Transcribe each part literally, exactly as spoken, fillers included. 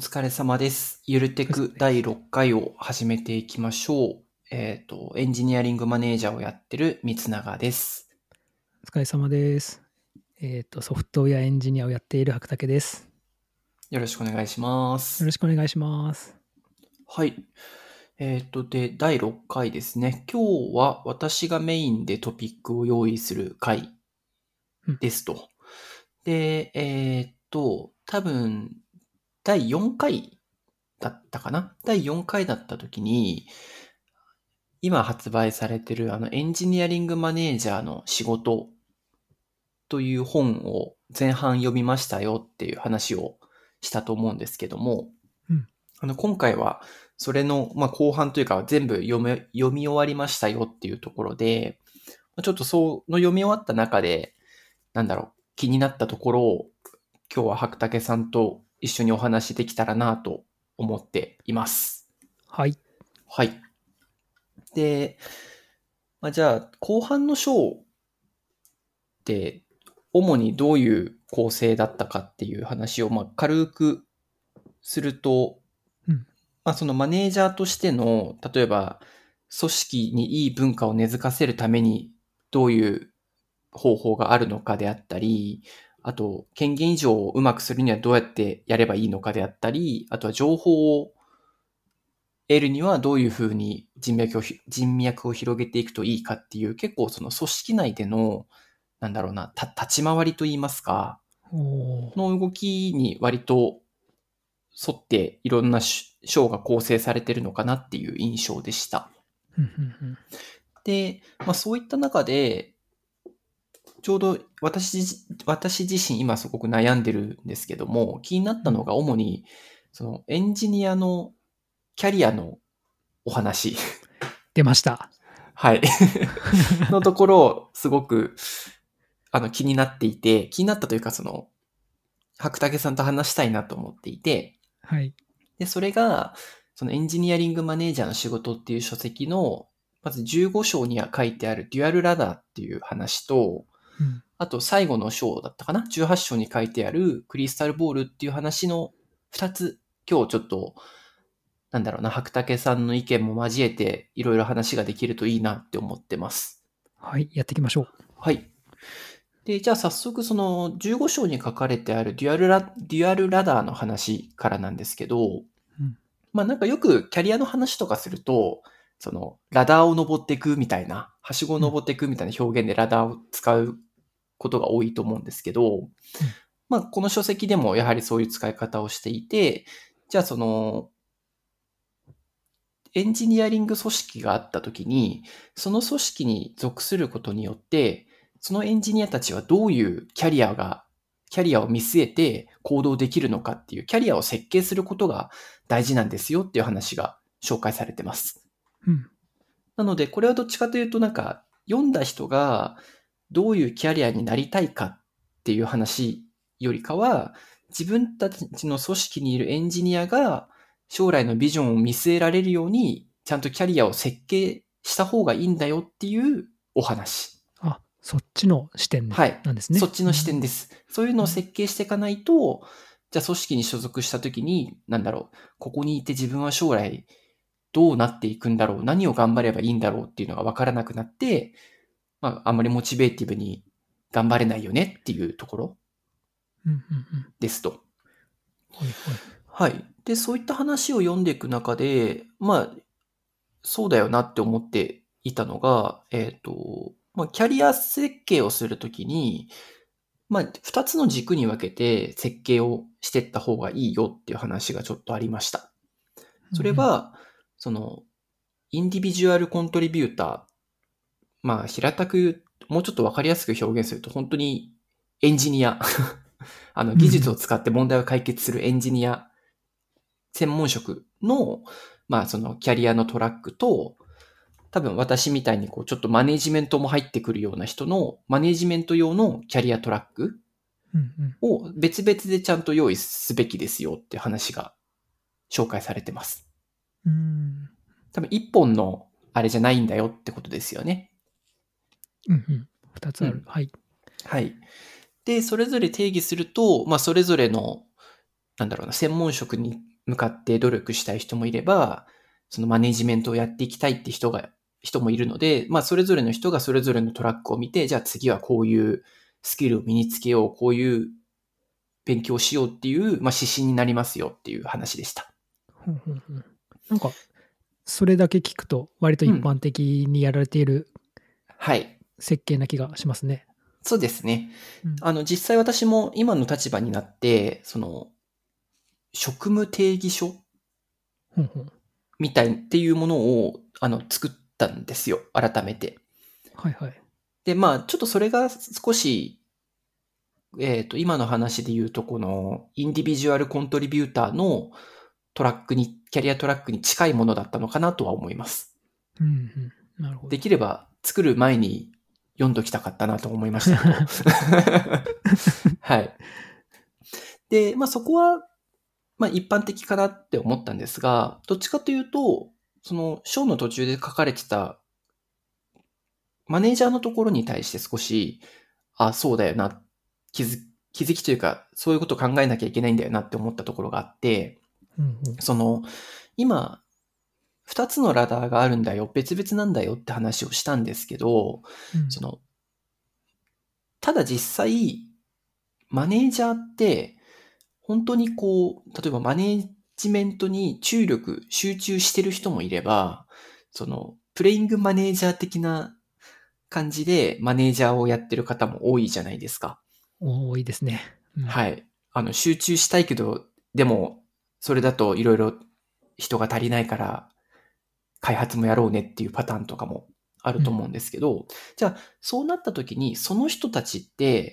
疲れ様です。ゆるテクだいろっかいを始めていきましょう。えっ、と、エンジニアリングマネージャーをやってる三永です。 お疲れ様です。えっ、と、ソフトウェアエンジニアをやっている白竹です。 よろしくお願いしまよす。 ろしくお願いします。 はい。えっ、と、で、だいろっかいですね。今日は私がメインでトピックを用意する回うん。 ですと。で、えっ、と、多分、だいよんかいだったかなだいよんかいだった時に、今発売されてるあのエンジニアリングマネージャーの仕事という本を前半読みましたよっていう話をしたと思うんですけども、 うん。 あの今回はそれの、まあ、後半というか全部読め読み終わりましたよっていうところで、ちょっとその読み終わった中で、なんだろう、気になったところを今日は白竹さんと一緒にお話できたらなと思っています。 はい。 はい。で、まあ、じゃあ後半の章って主にどういう構成だったかっていう話をまあ軽くすると、 うん。 まあ、そのマネージャーとしての、例えば組織にいい文化を根付かせるためにどういう方法があるのかであったり、あと権限移譲をうまくするにはどうやってやればいいのかであったり、あとは情報を得るにはどういうふうに人脈をひ人脈を広げていくといいかっていう、結構その組織内での、なんだろうな、た立ち回りといいますか、 おー。 の動きに割と沿っていろんな章が構成されているのかなっていう印象でした。 うんうんうん。 で、まあそういった中で、ちょうど私自私自身今すごく悩んでるんですけども、気になったのが主に、そのエンジニアのキャリアのお話。 出ました。 はい。のところをすごくあの気になっていて、気になったというかその、白竹さんと話したいなと思っていて、 はい。 で、それが、そのエンジニアリングマネージャーの仕事っていう書籍の、まずじゅうご章には書いてあるデュアルラダーっていう話と、 うん。 あと最後の章だったかな ?じゅうはち 章に書いてあるクリスタルボールっていう話のふたつ、今日ちょっと、なんだろうな、白竹さんの意見も交えていろいろ話ができるといいなって思ってます。 はい。やっていきましょう。 はい。で、じゃあ早速そのじゅうご章に書かれてあるデュアルラ、デュアルラダーの話からなんですけど、 うん。 まあなんかよくキャリアの話とかすると、そのラダーを登っていくみたいな、はしごを登っていくみたいな表現でラダーを使うことが多いと思うんですけど、 うん。 まあこの書籍でもやはりそういう使い方をしていて、じゃあそのエンジニアリング組織があったときに、その組織に属することによって、そのエンジニアたちはどういうキャリアが、キャリアを見据えて行動できるのかっていう、キャリアを設計することが大事なんですよっていう話が紹介されてます。 うん。 なので、これはどっちかというとなんか、読んだ人がどういうキャリアになりたいかっていう話よりかは、自分たちの組織にいるエンジニアが将来のビジョンを見据えられるように、ちゃんとキャリアを設計した方がいいんだよっていうお話。 あ、そっちの視点はい。 なんですね。 そっちの視点です。そういうのを設計していかないと、じゃあ組織に所属したときに、なんだろう、ここにいて自分は将来どうなっていくんだろう、何を頑張ればいいんだろうっていうのが分からなくなって、まあ、あんまりモチベーティブに頑張れないよねっていうところうんうんうん。 ですと。 はいはい。 はい。で、そういった話を読んでいく中で、まあ、そうだよなって思っていたのが、えっと、まあ、キャリア設計をするときに、まあ、二つの軸に分けて設計をしていった方がいいよっていう話がちょっとありました。それうんうん。 は、その、インディビジュアルコントリビューター。まあ、平たく言う、もうちょっとわかりやすく表現すると、本当にエンジニア。あの、技術を使って問題を解決するエンジニア専門職の、まあ、そのキャリアのトラックと、多分私みたいにこう、ちょっとマネジメントも入ってくるような人の、マネジメント用のキャリアトラックうんうん。 を別々でちゃんと用意すべきですよって話が紹介されてます。 うーん。 多分一本のあれじゃないんだよってことですよね。 うんうん。二つある。 うん。 はい。 はい。で、それぞれ定義すると、まあ、それぞれの、なんだろうな、専門職に向かって努力したい人もいれば、そのマネジメントをやっていきたいって人が、人もいるので、まあそれぞれの人がそれぞれのトラックを見て、じゃあ次はこういうスキルを身につけよう、こういう勉強しようっていう、まあ指針になりますよっていう話でした。 ほんほんほんなんか、それだけ聞くと割と一般的にやられているはい。 設計な気がしますね。 そうですね。 うんあの、実際私も今の立場になって、その、職務定義書ほんほんみたいっていうものを、あの、作ったんですよ。改めて。 はいはい。 で、まあ、ちょっとそれが少し、えっと、今の話で言うと、この、インディビジュアルコントリビューターのトラックに、キャリアトラックに近いものだったのかなとは思います。 うんうん。なるほど。 できれば、作る前に読んどきたかったなと思いましたけど。はい。で、まあそこは、まあ一般的かなって思ったんですが、どっちかというと、その章の途中で書かれてたマネージャーのところに対して少し、あ、そうだよな、気づ、気づきというか、そういうことを考えなきゃいけないんだよなって思ったところがあって、 うんうんその、今、二つのラダーがあるんだよ、別々なんだよって話をしたんですけど、 うんその、ただ実際、マネージャーって、本当にこう、例えばマネージメントに注力、集中してる人もいれば、その、プレイングマネージャー的な感じでマネージャーをやってる方も多いじゃないですか。 多いですね。うんはい。あの、集中したいけど、でも、それだといろいろ人が足りないから、開発もやろうねっていうパターンとかもあると思うんですけど、じゃあ、そうなった時に、その人たちって、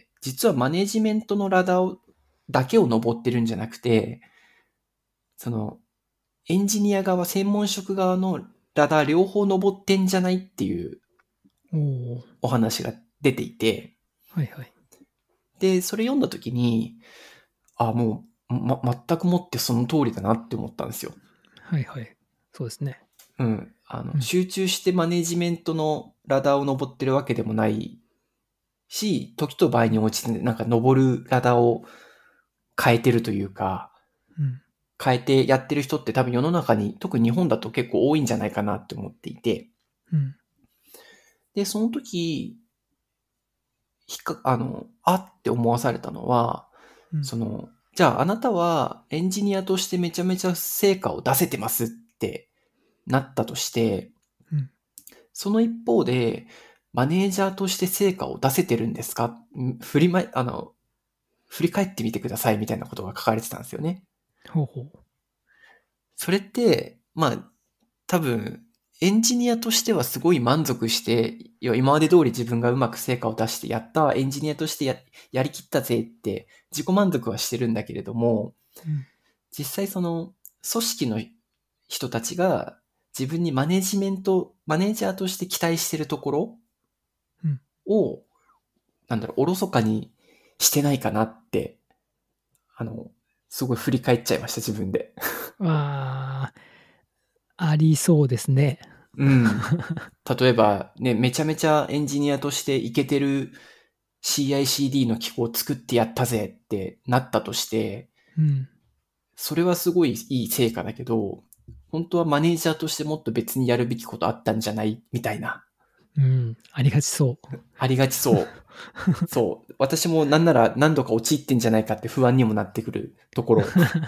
実はマネジメントのラダーをだけを登ってるんじゃなくて、その、エンジニア側、専門職側のラダー両方登ってんじゃないっていうおーお話が出ていて、 はいはい。 で、それ読んだ時に、あ、もう、ま、全くもってその通りだなって思ったんですよ。 はいはい。そうですね。 うん。あの、 うん集中してマネジメントのラダーを登ってるわけでもないし、時と場合に応じて、なんか登るラダーを変えてるというか、 うん変えてやってる人って多分世の中に、特に日本だと結構多いんじゃないかなって思っていて、 うんで、その時、ひっか、あの、あって思わされたのは、 うんその、じゃああなたはエンジニアとしてめちゃめちゃ成果を出せてますってなったとして、 うんその一方で、マネージャーとして成果を出せてるんですかん振りま、あの、振り返ってみてくださいみたいなことが書かれてたんですよね。 ほうほう。 それって、まあ、多分、エンジニアとしてはすごい満足して、いや今まで通り自分がうまく成果を出してやった、エンジニアとしてややりきったぜって自己満足はしてるんだけれども、 うん実際その組織の人たちが自分にマネジメント、マネージャーとして期待してるところうんを、なんだろう、おろそかにしてないかなって、あの、すごい振り返っちゃいました、自分で。 ああ、ありそうですね。 うん。例えば、ね、めちゃめちゃエンジニアとしてイケてる シーアイシーディー の機構を作ってやったぜってなったとして、 うんそれはすごいいい成果だけど、本当はマネージャーとしてもっと別にやるべきことあったんじゃないみたいな。 うんありがちそう。 ありがちそう。そう。私もなんなら何度か陥ってんじゃないかって不安にもなってくるところ。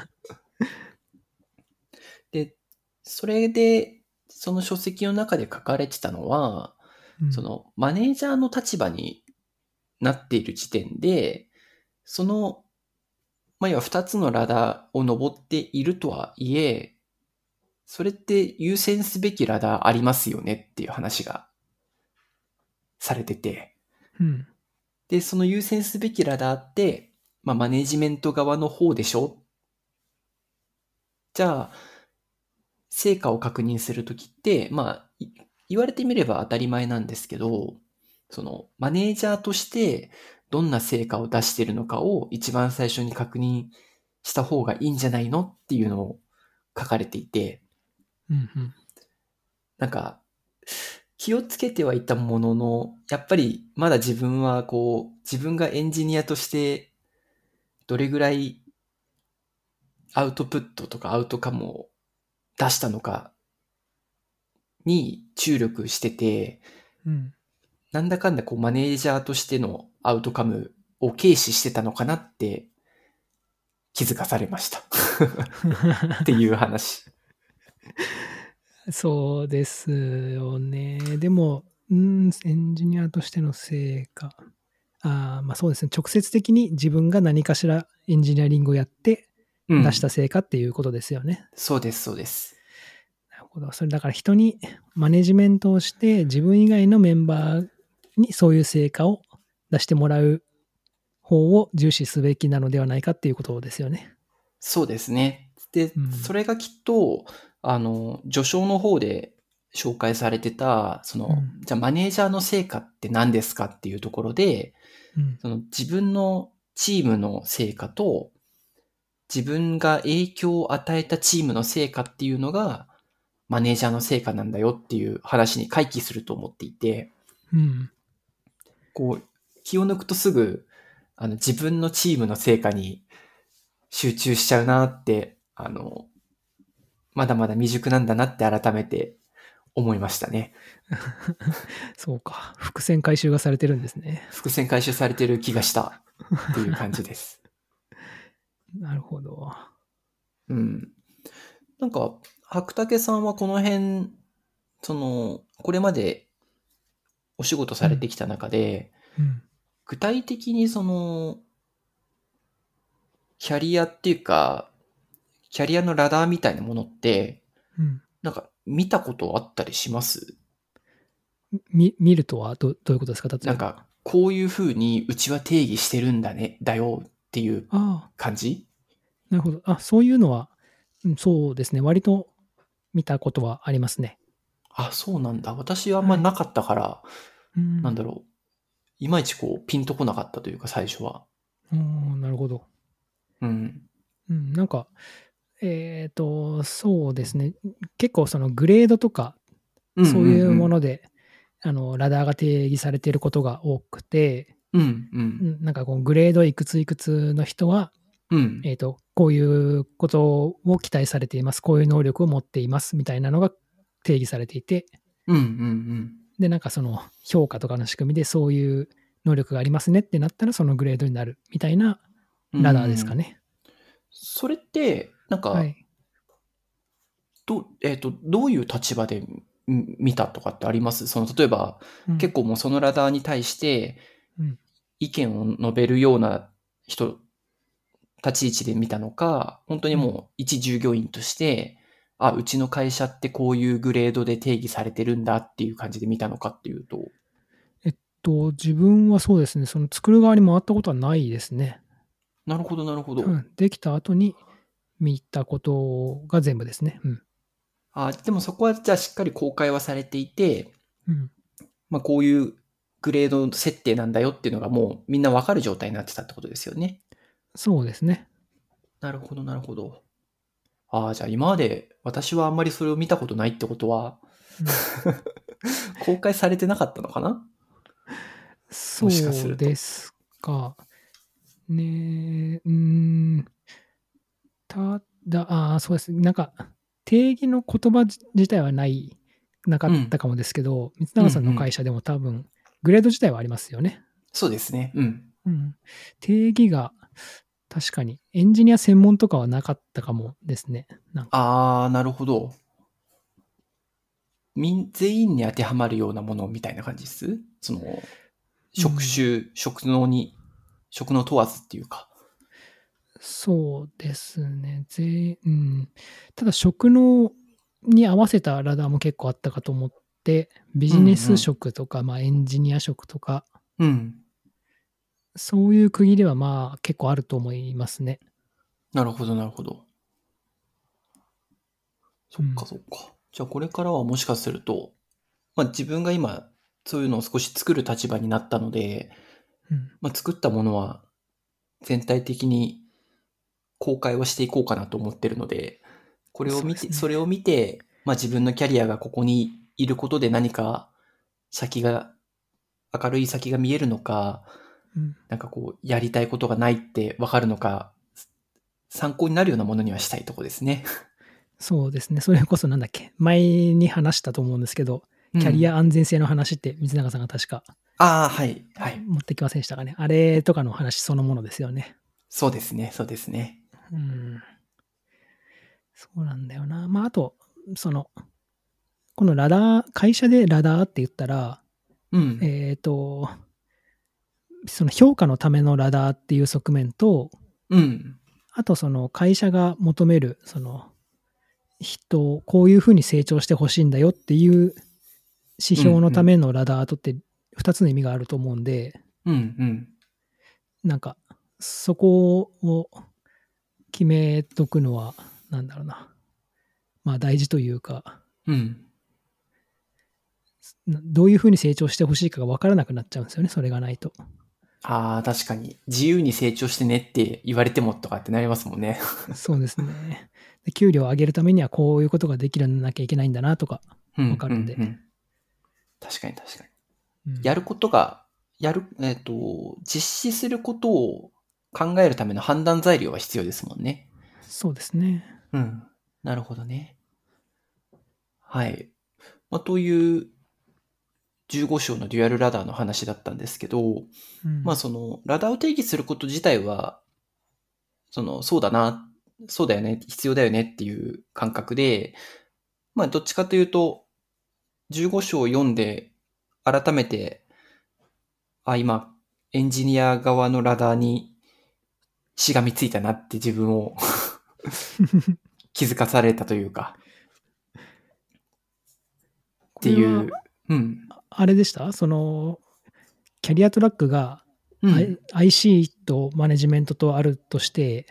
で、それで、その書籍の中で書かれてたのは、 うんそのマネージャーの立場になっている時点で、その、まあ、要は二つのラダーを登っているとはいえ、それって優先すべきラダーありますよねっていう話がされてて、 うんで、その優先すべきラダーって、まあ、マネジメント側の方でしょ。じゃあ、成果を確認するときって、まあ、い言われてみれば当たり前なんですけど、その、マネージャーとしてどんな成果を出しているのかを一番最初に確認した方がいいんじゃないのっていうのを書かれていて、 うんうんなんか、気をつけてはいたものの、やっぱりまだ自分はこう、自分がエンジニアとしてどれぐらいアウトプットとかアウトカムを出したのかに注力してて、 うん。 なんだかんだこうマネージャーとしてのアウトカムを軽視してたのかなって気づかされましたっていう話。 そうですよね。でも、うん、エンジニアとしての成果。ああ、まあそうですね。直接的に自分が何かしらエンジニアリングをやってうん出した成果っていうことですよね。 そうですそうです。 なるほど。それだから人にマネジメントをして自分以外のメンバーにそういう成果を出してもらう方を重視すべきなのではないかっていうことですよね。 そうですね。で、 うん。 それがきっと、あの、序章の方で紹介されてた、その、 うん。 じゃあマネージャーの成果って何ですかっていうところで、 うん。 その自分のチームの成果と、自分が影響を与えたチームの成果っていうのが、マネージャーの成果なんだよっていう話に回帰すると思っていて、 うん。 こう、気を抜くとすぐ、あの、自分のチームの成果に集中しちゃうなって、あの、まだまだ未熟なんだなって改めて思いましたね。 そうか。伏線回収がされてるんですね。 伏線回収されてる気がしたっていう感じです。 なるほど。 うん。なんか、白竹さんはこの辺、その、これまでお仕事されてきた中で、 うん。 具体的にその、キャリアっていうか、キャリアのラダーみたいなものって、 うん。 なんか見たことあったりします？ み見るとはどどういうことですか、例えば。 なんか、こういう風にうちは定義してるんだね、だよっていうああ、 感じ？ なるほど。あ、そういうのは、うん、そうですね。割と見たことはありますね。 あ、そうなんだ。私はあんまはい。 なかったから、 うん。 なんだろう。いまいちこう、ピンとこなかったというか、最初は。 おー、なるほど。 うん。 うん、なんか、えっと、そうですね。結構そのグレードとか、 うんうんそういううん。 もので、あの、ラダーが定義されていることが多くて、 うんうん。 うん、なんかこうグレードいくついくつの人は、 うん。 えっと、こういうことを期待されています。こういう能力を持っていますみたいなのが定義されていて、 うんうんで、なんかその評価とかの仕組みでそういう能力がありますねってなったらそのグレードになるみたいなうん。うラダーですかん。 ね。 それって、なんか、 はい。 ど、えっと、どういう立場でん見たとかってあります？その、例えば、 うん。 結構もうそのラダーに対してうん。 意見を述べるような人、立ち位置で見たのか、本当にうん。 もう一従業員として、あ、うちの会社ってこういうグレードで定義されてるんだっていう感じで見たのかっていうと。 えっと、自分はそうですね、その作る側に回ったことはないですね。 なるほど、なるほど。 うん。できた後に見たことが全部ですね。うん。 あ、でもそこはじゃあしっかり公開はされていて、 うん。 まあこういうグレード設定なんだよっていうのがもうみんなわかる状態になってたってことですよね。 そうですね。 なるほど、なるほど。ああ、じゃあ今まで私はあんまりそれを見たことないってことは、 うん。 公開されてなかったのかな？もしかすそうると。 ですか。ねえ、うーん。ただ、ああ、そうですね。なんか、定義の言葉自自体はない、なかうん。 ったかもですけど、光うんう永さんの会ん。 社でも多分、グレード自体はありますよね。 そうですね。うん。 うん。定義が、確かに、エンジニア専門とかはなかったかもですね。なんか。 ああ、なるほど。みん、全員に当てはまるようなものみたいな感じです？その、職うん。 種、職能に、職能問わずっていうか。 そうですね。ぜうん。ただ、職能に合わせたラダーも結構あったかと思って、ビうんうジネスん。 職とか、まあ、エンジニア職とか、 うん。 そういう区切りはまあ結構あると思いますね。 なるほど、なるほど。そっか、 うん。 そっか。じゃあこれからはもしかすると、まあ自分が今、そういうのを少し作る立場になったので、 うん。 まあ作ったものは全体的に公開をしていこうかなと思ってるので、これを見て、 そうですね。 それを見て、まあ自分のキャリアがここにいることで何か先が、明るい先が見えるのか、 うん。 なんかこう、やりたいことがないってわかるのか、 参考になるようなものにはしたいとこですね。 そうですね。それこそなんだっけ、前に話したと思うんですけど、キャリア安全性の話って水永さんが確か、 ああ、はい、はい。 持ってきませんでしたかね。あれとかの話そのものですよね。 そうですね、そうですね。 うん。そうなんだよな。まあ、あと、その、このラダー、会社でラダーって言ったら、 うん。 えっ、と、その評価のためのラダーっていう側面と、 うん。 あとその会社が求める、その人をこういうふうに成長してほしいんだよっていう指標のためのラダーとってふたつの意味があると思うんで、 うん、うん。 なんかそこを決めとくのは、なんだろうな。まあ大事というか、 うん。 どういうふうに成長してほしいかが分からなくなっちゃうんですよね、それがないと。 ああ、確かに。自由に成長してねって言われてもとかってなりますもんね。 そうですね。で給料を上げるためにはこういうことができるようにならなきゃいけないんだなとかうん、 分かるんで。 うん、うん。確かに確かに。 うんやることが、やる、えっ、と、実施することを考えるための判断材料は必要ですもんね。 そうですね。 うん。なるほどね。はい。まあ、というじゅうご章のデュアルラダーの話だったんですけど、 うんまあその、ラダーを定義すること自体は、その、そうだな、そうだよね、必要だよねっていう感覚で、まあどっちかというと、じゅうご章を読んで、改めて、あ、今、エンジニア側のラダーにしがみついたなって自分を気づかされたというか、っていこれはう、うん。 あれでしたその、キャリアトラックが、 うん。 I- アイシー とマネジメントとあるとして、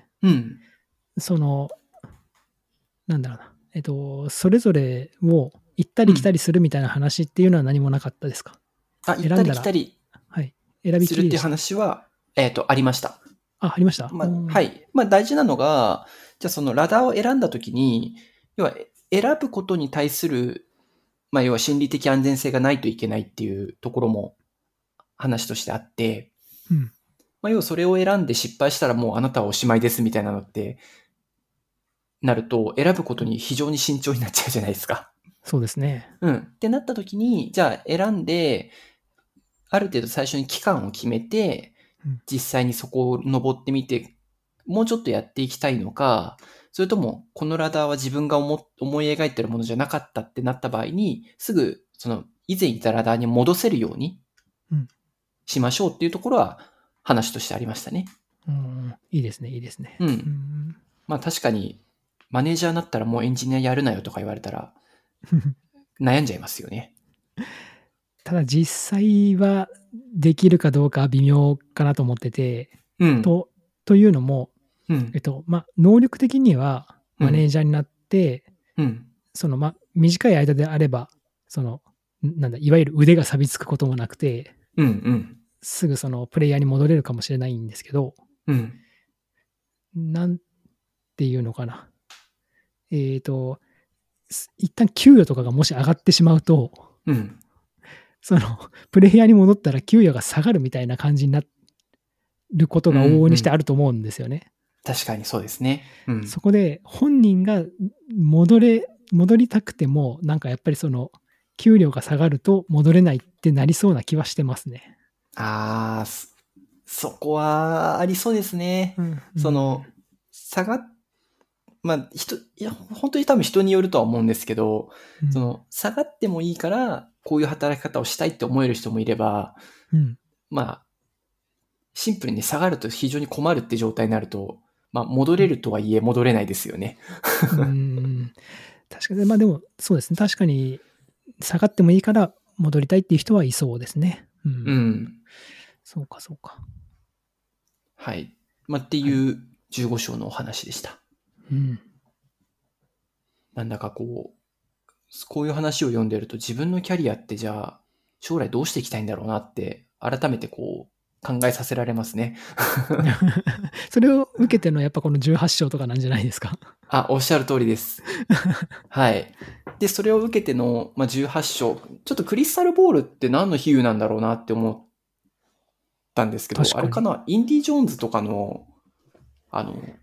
うん。 その、なんだろうな、えっと、それぞれを行ったうん。 り来たりするみたいな話っていうのは何もなかったですか？ あ、行ったり選んだら、 来たりはい、選びするっていうきりでした。 話は、えっ、と、ありました。 あ、ありました。 まあ、 うんはい。まあ、大事なのが、じゃあそのラダーを選んだときに、要は選ぶことに対する、まあ、要は心理的安全性がないといけないっていうところも話としてあって、 うんまあ、要はそれを選んで失敗したらもうあなたはおしまいですみたいなのってなると、選ぶことに非常に慎重になっちゃうじゃないですか。 そうですね。 うん。ってなったときに、じゃあ選んで、ある程度最初に期間を決めて、 うん実際にそこを登ってみて、もうちょっとやっていきたいのか、それとも、このラダーは自分が思思い描いてるものじゃなかったってなった場合に、すぐ、その、以前いたラダーに戻せるようにうんしましょうっていうところは、話としてありましたね。 うんいいですね、いいですね。 うん。 うんまあ確かに、マネージャーになったらもうエンジニアやるなよとか言われたら、悩んじゃいますよね。 ただ実際はできるかどうかは微妙かなと思ってて、 うん。 とというのも、 うんえっ。とまあ、能力的にはうんマネージャーになって、 うん。 そのまあ短い間であればそのんなんだいわゆる腕が錆びつくこともなくてうん。うん。 すぐそのプレイヤーに戻れるかもしれないんですけど、 うん。 なんていうのかな、えっ、とす一旦給与とかがもし上がってしまうと、 うん。 そのプレイヤーに戻ったら給与が下がるみたいな感じになることが往々にしてあると思うんですよね。 確かにそうですね。うん。 そこで本人が戻れ戻りたくてもなんかやっぱりその給料が下がると戻れないってなりそうな気はしてますね。 ああ、そそこはありそうですね。 うんその、差が、まあ、人、いや、本当に多分人によるとは思うんですけど、 うんその、下がってもいいから、こういう働き方をしたいって思える人もいれば、 うんまあ、シンプルに下がると非常に困るって状態になると、まあ、戻れるとはいえ戻れないですよね。 うん確かに、まあでもそうですね、確かに下がってもいいから戻りたいっていう人はいそうですね。うん。 うん。 そうか、そうか。 はい。まあ、っていうじゅうご章のお話でした。 うん。 なんだかこう、こういう話を読んでると自分のキャリアってじゃあ将来どうしていきたいんだろうなって改めてこう考えさせられますね。 それを受けてのやっぱこのじゅうはち章とかなんじゃないですか。 あ、おっしゃる通りです。はい。で、それを受けての、まあ、じゅうはち章、ちょっとクリスタルボールって何の比喩なんだろうなって思ったんですけど、 確かにあれかな、インディ・ジョーンズとかの、あの、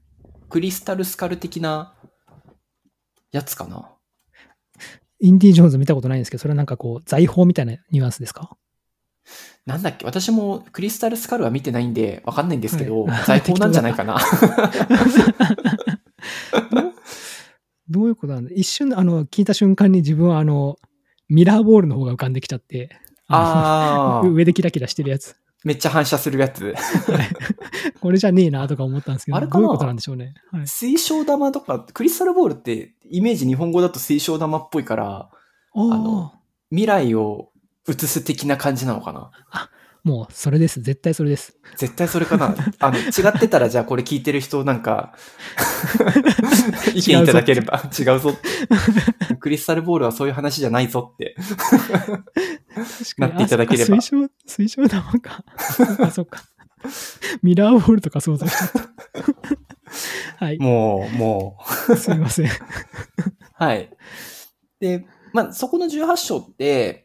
クリスタルスカル的なやつかな。 インディ・ジョーンズ見たことないんですけど、それはなんかこう、財宝みたいなニュアンスですか？ なんだっけ、私もクリスタルスカルは見てないんでわかんないんですけど、 はい財宝なんじゃないかな。 どういうことなんだ？一瞬、あの、聞いた瞬間に自分は、あの、ミラーボールの方が浮かんできちゃって、あのああ、 上でキラキラしてるやつ。 めっちゃ反射するやつ。 はいこれじゃねえなとか思ったんですけど、 あれかなどういうことなんでしょうね。はい、 水晶玉とか、クリスタルボールってイメージ日本語だと水晶玉っぽいから、あの、 あ未来を映す的な感じなのかな。 あ、もうそれです。絶対それです。 絶対それかな。あの、違ってたらじゃあこれ聞いてる人なんか、意見いただければ違うぞって。クリスタルボールはそういう話じゃないぞってなっていただければ。 水晶、水晶玉か。そっかそっか。ミラーボールとか想像しちゃった。はい。 もう、もう。すいません。 はい。で、まあ、そこのじゅうはち章って、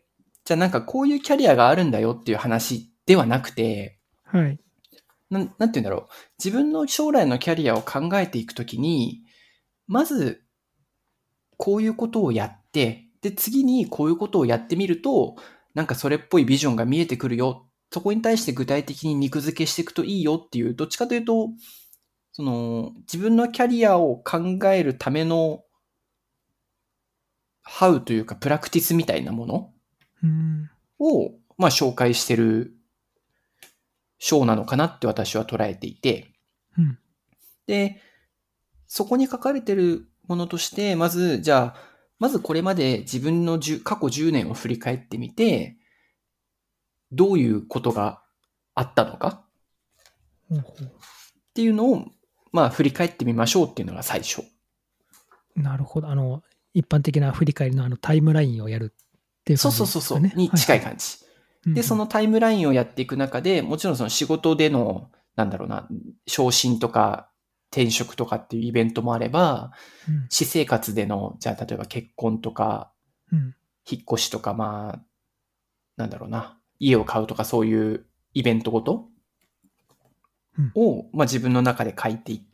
じゃあなんかこういうキャリアがあるんだよっていう話ではなくて、 はい。 な, なんて言うんだろう。自分の将来のキャリアを考えていくときに、まず、こういうことをやって、で、次にこういうことをやってみると、なんかそれっぽいビジョンが見えてくるよ。そこに対して具体的に肉付けしていくといいよっていう、どっちかというと、その、自分のキャリアを考えるための、ハウというか、プラクティスみたいなものを、まあ、紹介してる章なのかなって私は捉えていて、 うん、 で、そこに書かれてるものとして、まず、じゃあ、まずこれまで自分の過去じゅうねんを振り返ってみて、どういうことがあったのかっていうのを、まあ、振り返ってみましょうっていうのが最初。 なるほど。あの、一般的な振り返りのあのタイムラインをやるっていう感じですかね。 そうそうそうそう。に近い感じ。はいはい、で、そのタイムラインをやっていく中で、もちろんその仕事での、なんだろうな、昇進とか転職とかっていうイベントもあれば、うん、私生活での、じゃあ例えば結婚とか、うん、引っ越しとか、まあ、なんだろうな、家を買うとかそういうイベントごとを、うん、まあ、自分の中で書いていって、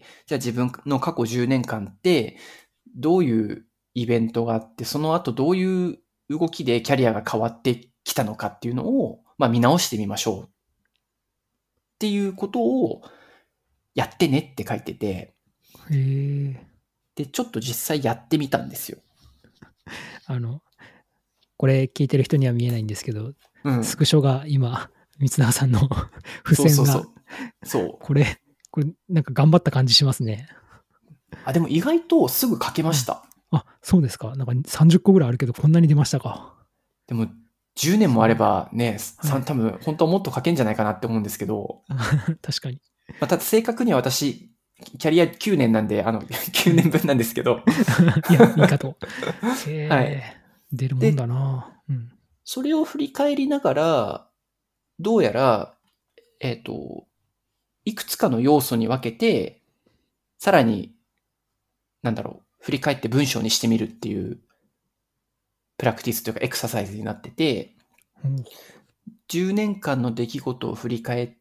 じゃあ自分の過去じゅうねんかんってどういうイベントがあって、その後どういう動きでキャリアが変わってきたのかっていうのを、まあ、見直してみましょうっていうことをやってねって書いてて、 へー。 で、ちょっと実際やってみたんですよ。 あの、これ聞いてる人には見えないんですけど、うん、スクショが今、三永さんの付箋が、そうそうそう。そう。これ、これなんか頑張った感じしますね。 あ、でも意外とすぐ書けました。 うん、あ、そうですか。なんかさんじゅっこぐらいあるけど、こんなに出ましたか。 でも、じゅうねんもあればね、はい、多分、本当はもっと書けんじゃないかなって思うんですけど。 確かに。 まあ、ただ正確には私、キャリアきゅうねんなんで、あの、きゅうねんぶんなんですけど。 いや、いいかと。へー、はい。出るもんだな、 うん。それを振り返りながら、どうやら、えっと、いくつかの要素に分けて、さらに、なんだろう、振り返って文章にしてみるっていう、プラクティスというかエクササイズになってて、うん、じゅうねんかんの出来事を振り返って、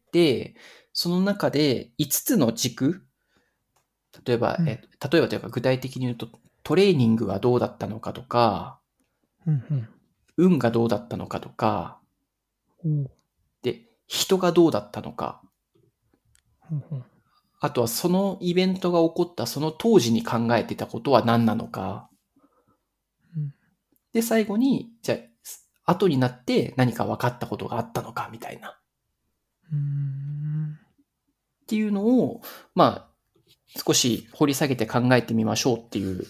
その中でいつつの軸、例えば、うん、え例えばというか具体的に言うと、トレーニングはどうだったのかとか、うんうん、運がどうだったのかとか、うん、で、人がどうだったのか、うんうん、あとはそのイベントが起こったその当時に考えてたことは何なのか、うん、で、最後に、じゃあ、後になって何か分かったことがあったのか、みたいな。うーんっていうのを、まあ、少し掘り下げて考えてみましょうっていう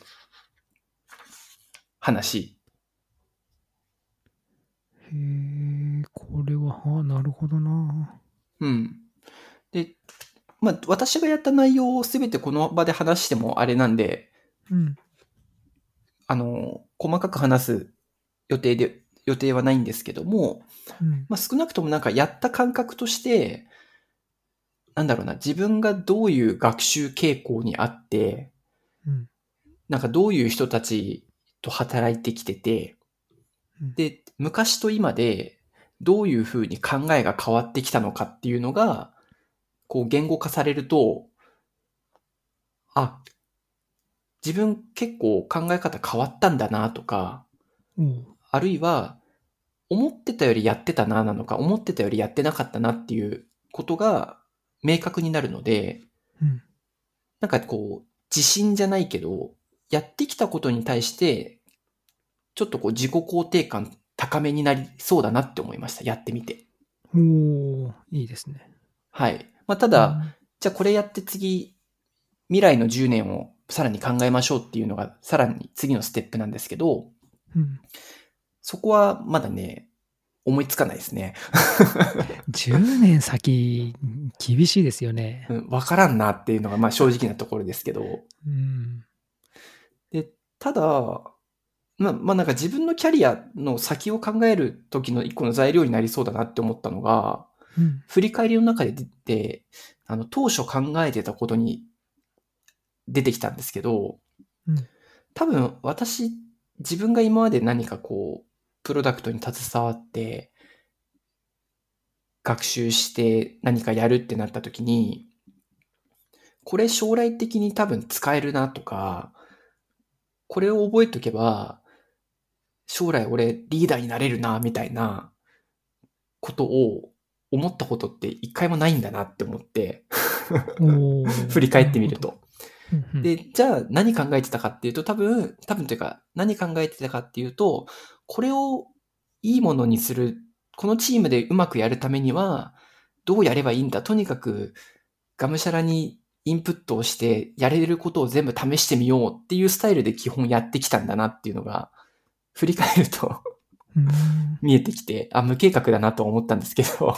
話。 へえ、これは、あ、なるほどな。 うん。で、まあ、私がやった内容をすべてこの場で話してもあれなんで、うん。あの、細かく話す予定で、予定はないんですけども、うん、まあ、少なくともなんかやった感覚として、なんだろうな、自分がどういう学習傾向にあって、うん、なんかどういう人たちと働いてきてて、うん、で、昔と今でどういうふうに考えが変わってきたのかっていうのが、こう言語化されると、 あ、自分結構考え方変わったんだなとか、 おうあるいは思ってたよりやってたななのか、思ってたよりやってなかったなっていうことが明確になるので、 うんなんかこう、自信じゃないけど、やってきたことに対して、ちょっとこう自己肯定感高めになりそうだなって思いました。やってみて。 おーいいですね。 はい。まあ、たうだ、 んじゃあこれやって次、未来のじゅうねんをさらに考えましょうっていうのが、さらに次のステップなんですけど、 うんそこはまだね、思いつかないですね。 じゅうねん先、厳しいですよね。 うんわからんなっていうのがまあ正直なところですけど。 うん。 で、ただ、まあ、まあなんか自分のキャリアの先を考える時の一個の材料になりそうだなって思ったのが、 うん。 振り返りの中で出て、あの、当初考えてたことに出てきたんですけど、 うん。 多分私、自分が今まで何かこう、プロダクトに携わって、学習して何かやるってなった時に、これ将来的に多分使えるなとか、これを覚えとけば、将来俺リーダーになれるな、みたいなことを思ったことって一回もないんだなって思って、 お振りー返ってみる。 なほと。 どうんうんで、じゃあ何考えてたかっていうと、多分、多分というか、何考えてたかっていうと、これをいいものにする、このチームでうまくやるためには、どうやればいいんだ。とにかく、がむしゃらにインプットをして、やれることを全部試してみようっていうスタイルで基本やってきたんだなっていうのが、振り返るとうーん見えてきて、あ、無計画だなと思ったんですけど。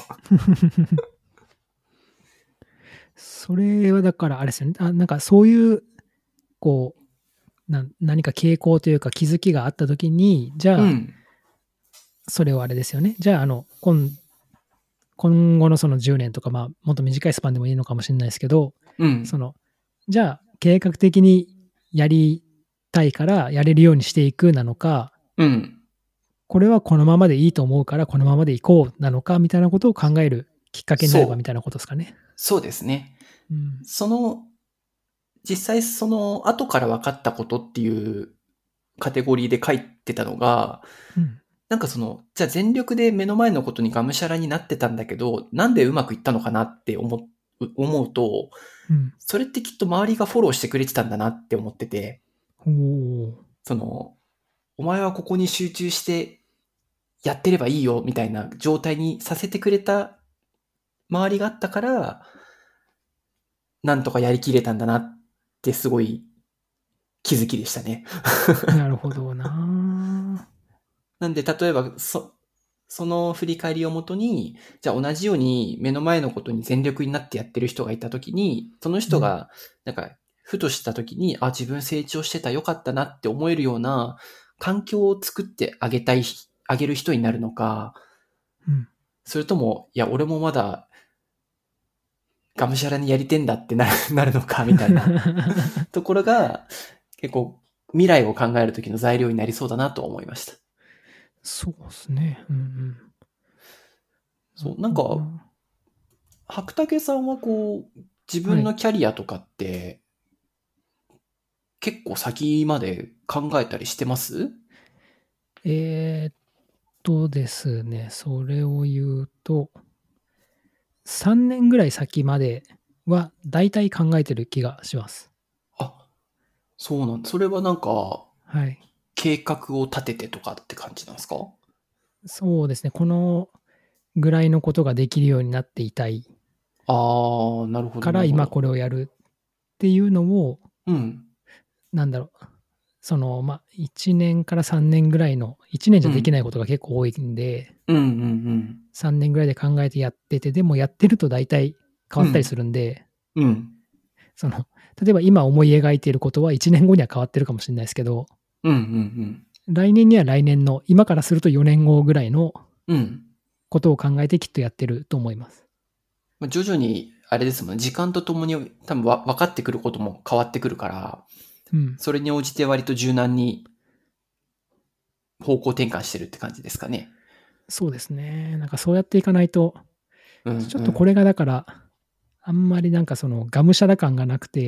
それはだからあれですよね。あなんかそういう、こう、な何か傾向というか気づきがあったときに、じゃあ、 うん。 それをあれですよね。じゃあ、あの、今今後のそのじゅうねんとか、まあ、もっと短いスパンでもいいのかもしれないですけど、 うん。 その、じゃあ、計画的にやりたいからやれるようにしていくなのか、 うん。 これはこのままでいいと思うからこのままでいこうなのかみたいなことを考えるきっかけになればみそう。 たいなことですかね。 そうですね。 うん。 その、実際その後から分かったことっていうカテゴリーで書いてたのが、 うん。 なんかその、じゃあ全力で目の前のことにがむしゃらになってたんだけど、なんでうまくいったのかなって思う、思うと、 うん。 それってきっと周りがフォローしてくれてたんだなって思ってて、 おーその、お前はここに集中してやってればいいよみたいな状態にさせてくれた周りがあったから、なんとかやりきれたんだなってすごい気づきでしたね。 なるほどな。 なんで、例えば、そ、その振り返りをもとに、じゃあ同じように目の前のことに全力になってやってる人がいたときに、その人が、なんか、ふとしたときに、あ、自分成長してた、よかったなって思えるような環境を作ってあげたい、あげる人になるのか、 うん。 それとも、いや、俺もまだ、がむしゃらにやりてんだってなるなるのか、みたいなところが、結構、未来を考えるときの材料になりそうだなと思いました。 そうですね。うんうん。 そう、なんか、 な白竹さんはこう、自はい。 分のキャリアとかって、結構先まで考えたりしてます？ えーっとですね、それを言うと、さんねんぐらい先までは大体考えてる気がします。 あ、そうなん、それはなんか、 はい。 計画を立ててとかって感じなんですか？ そうですね、このぐらいのことができるようになっていたいあー、なるほど、 から今なるほど。 これをやるっていうのを、 うん、 なんだろう、その、まあ、いちねんからさんねんぐらいの、いちねんじゃできうん、 ないことが結構多いんで、 うん、うん、 さんねんぐらいで考えてやってて、でもやってると大体変うん、うん、 わったりするんで、 うん、 その、例えば今思い描いていることはいちねんごには変わってるかもしれないですけど、 うん、うん、 来年には来年の、今からするとよねんごぐらいのうん。 ことを考えてきっとやってると思います。 まあ徐々に、あれですもんね、時間とともに多分わ分かってくることも変わってくるから、 うん。 それに応じて割と柔軟に方向転換してるって感じですかね。 そうですね。なんかそうやっていかないと、 うん、うん。 ちょっとこれがだから、あんまりなんかその、がむしゃら感がなくて、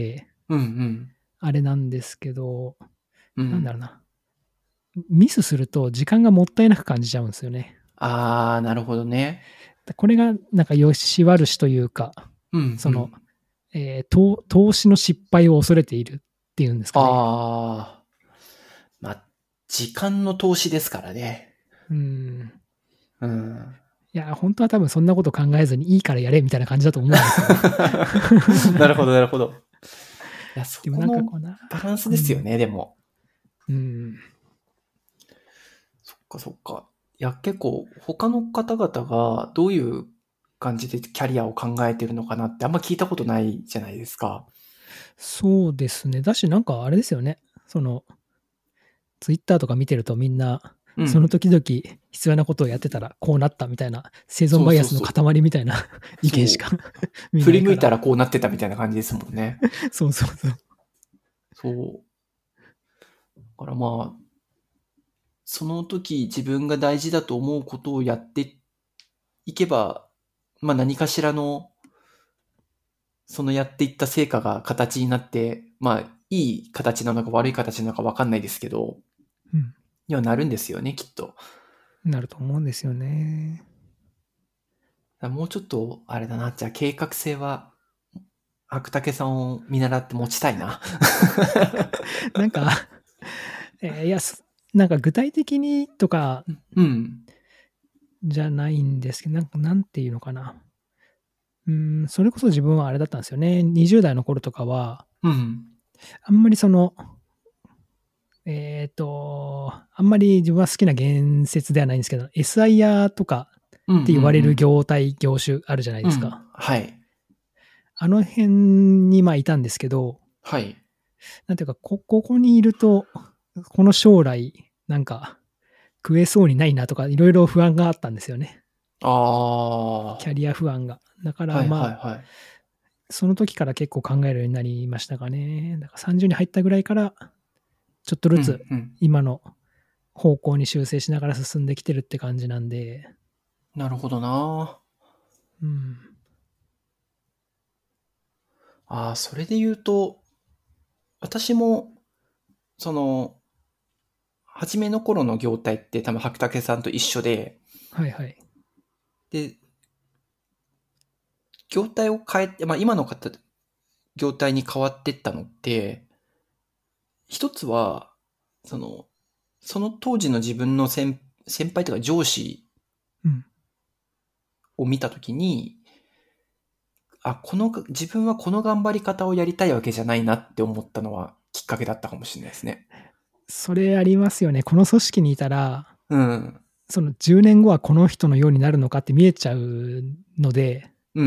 うんうん。 あれなんですけど、 うん、 なんだろうな。ミスすると時間がもったいなく感じちゃうんですよね。 ああ、なるほどね。 これがなんか良し悪しというか、 うん、 その、 うん、 えー投投資の失敗を恐れているっていうんですかね。 ああ、まあ、時間の投資ですからね。 うん。 うん。 いや、本当は多分そんなこと考えずにいいからやれみたいな感じだと思うんですよね。 なるほど、なるほど。いや、そでもこのなんかこうな。 バランスですよね、でも。 うん。うんそっか、そっか。いや、結構、他の方々がどういう感じでキャリアを考えてるのかなってあんま聞いたことないじゃないですか。 そうですね。だし、なんかあれですよね。その、ツイッターとか見てるとみんな、 うん。 その時々必要なことをやってたらこうなったみたいな、生存バイアスの塊みたいな意見しか見振り向いたないから。 らこうなってたみたいな感じですもんね。 そうそうそう。 そう。だからまあ、その時自分が大事だと思うことをやっていけば、まあ何かしらの、そのやっていった成果が形になって、まあいい形なのか悪い形なのかわかんないですけど、 うん。 にはなるんですよね、きっと。 なると思うんですよね。 だからもうちょっと、あれだな、じゃあ計画性は、白竹さんを見習って持ちたいな。 なんか、えーいや、すなんか具体的にとかうん。 じゃないんですけど、なんかなんていうのかな。うん、それこそ自分はあれだったんですよね。にじゅう代の頃とかは、 うん。 あんまりその、えっ、と、あんまり自分は好きな言説ではないんですけど、エスアイアー とかうん。 って言われる業業態、業種あるじゃないですか。 うん。はい。 あの辺にまあいたんですけど、 はい。 なんていうか、こ、ここにいると、この将来、なんか、食えそうにないなとか、いろいろ不安があったんですよね。 ああ。 キャリア不安が。だからはいまあ、 はいはい。 その時から結構考えるようになりましたかね。だからさんじゅうに入ったぐらいから、ちょっとうんずつうん。 今の方向に修正しながら進んできてるって感じなんで、 なるほどな。 うん。 ああ、それで言うと、私も、その、初めの頃の業態って多分白竹さんと一緒で、 はいはい。 で、業態を変えて、まあ今の方、業態に変わってったのって、一つは、その、その当時の自分の先先輩というか上司うん。 を見たときに、あ、この、自分はこの頑張り方をやりたいわけじゃないなって思ったのはきっかけだったかもしれないですね。 それありますよね。この組織にいたら、 うん。 そのじゅうねんごはこの人のようになるのかって見えちゃうので、 うんうん。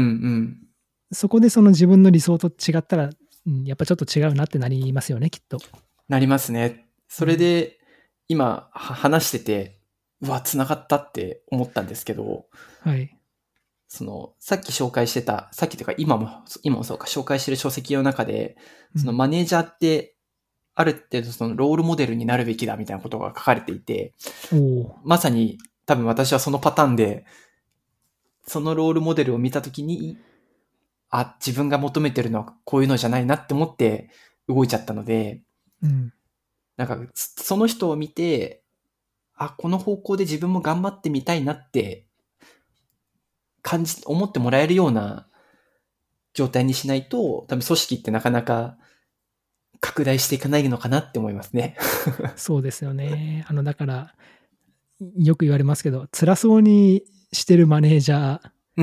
そこでその自分の理想と違ったら、うん、やっぱちょっと違うなってなりますよね、きっと。 なりますね。それで、今は話してて、うわ、繋がったって思ったんですけど、 はい。 その、さっき紹介してた、さっきというか今も、今もそうか、紹介してる書籍の中で、そのマネージャーって、ある程度そのロールモデルになるべきだみたいなことが書かれていて、 おまさに多分私はそのパターンで、そのロールモデルを見たときに、あ、自分が求めてるのはこういうのじゃないなって思って動いちゃったので、 うん。 なんかその人を見て、あ、この方向で自分も頑張ってみたいなって感じ、思ってもらえるような状態にしないと、多分組織ってなかなか拡大していかないのかなって思いますね。 そうですよね。あの、だから、よく言われますけど、辛そうにしてるマネージャー、 うん。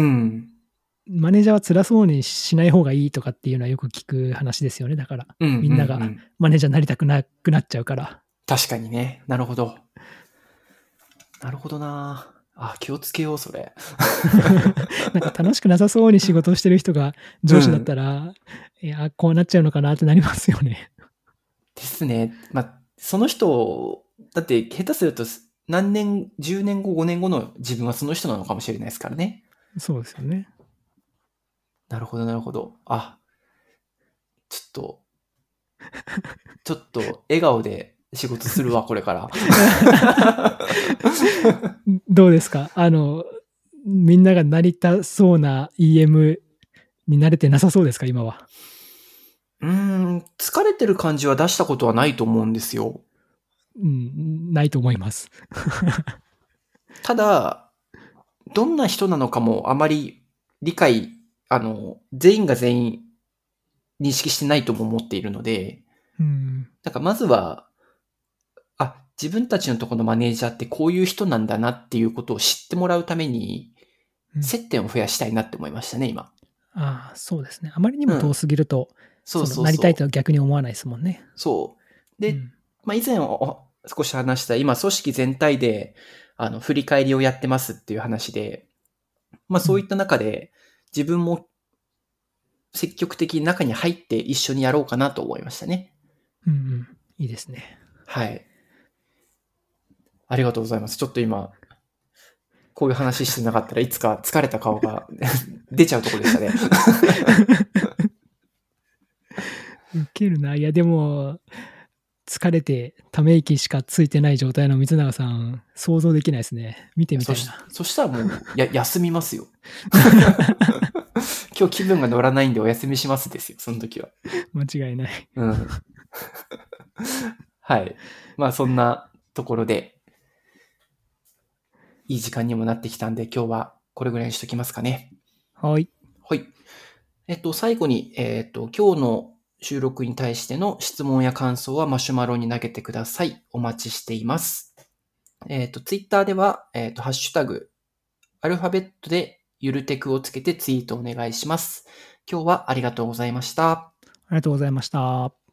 マネージャーは辛そうにしない方がいいとかっていうのはよく聞く話ですよね。だから、 うんうんうん、 みんながマネージャーになりたくなくなっちゃうから。 確かにね。なるほど。なるほどな。あ、気をつけよう、それ。 なんか楽しくなさそうに仕事をしてる人が上司だったら、うん、いや、こうなっちゃうのかなってなりますよね。 ですね。まあ、その人、だって下手すると何年、じゅうねんご、ごねんごの自分はその人なのかもしれないですからね。 そうですよね。 なるほど、なるほど。あ、ちょっと、ちょっと笑顔で仕事するわ、これから。 どうですか？あの、みんながなりたそうな イーエム に慣れてなさそうですか、今は。 うーん、疲れてる感じは出したことはないと思うんですよ。 うん、ないと思います。 ただ、どんな人なのかもあまり理解、あの、全員が全員認識してないとも思っているので、 うん、 なんかまずは、あ、自分たちのところのマネージャーってこういう人なんだなっていうことを知ってもらうために、 うん、 接点を増やしたいなって思いましたね、今。 ああ、そうですね。あまりにうん。 も遠すぎると、 そうそのなりたいそうそう。 とは逆に思わないですもんね。 そう。で、 うん、 まあ、以前お少し話した今組織全体であの振り返りをやってますっていう話で、まあそういった中で自分も積極的に中に入って一緒にやろうかなと思いましたね。 うん、うん、いいですね。 はい。ありがとうございます。ちょっと今、こういう話してなかったらいつか疲れた顔が出ちゃうところでしたね。 ウケるな。いや、でも、疲れてため息しかついてない状態の光永さん、想像できないですね。見てみたそしいな。 そしたらもうや休みますよ。今日気分が乗らないんでお休みしますですよ、その時は。 間違いない。 うん。はい。まあそんなところで、いい時間にもなってきたんで、今日はこれぐらいにしときますかね。 はい。 はい。えっと、最後に、えっと、今日の収録に対しての質問や感想はマシュマロに投げてください。お待ちしています。えっと、ツイッターでは、えっと、ハッシュタグ、アルファベットでゆるテクをつけてツイートお願いします。今日はありがとうございました。 ありがとうございました。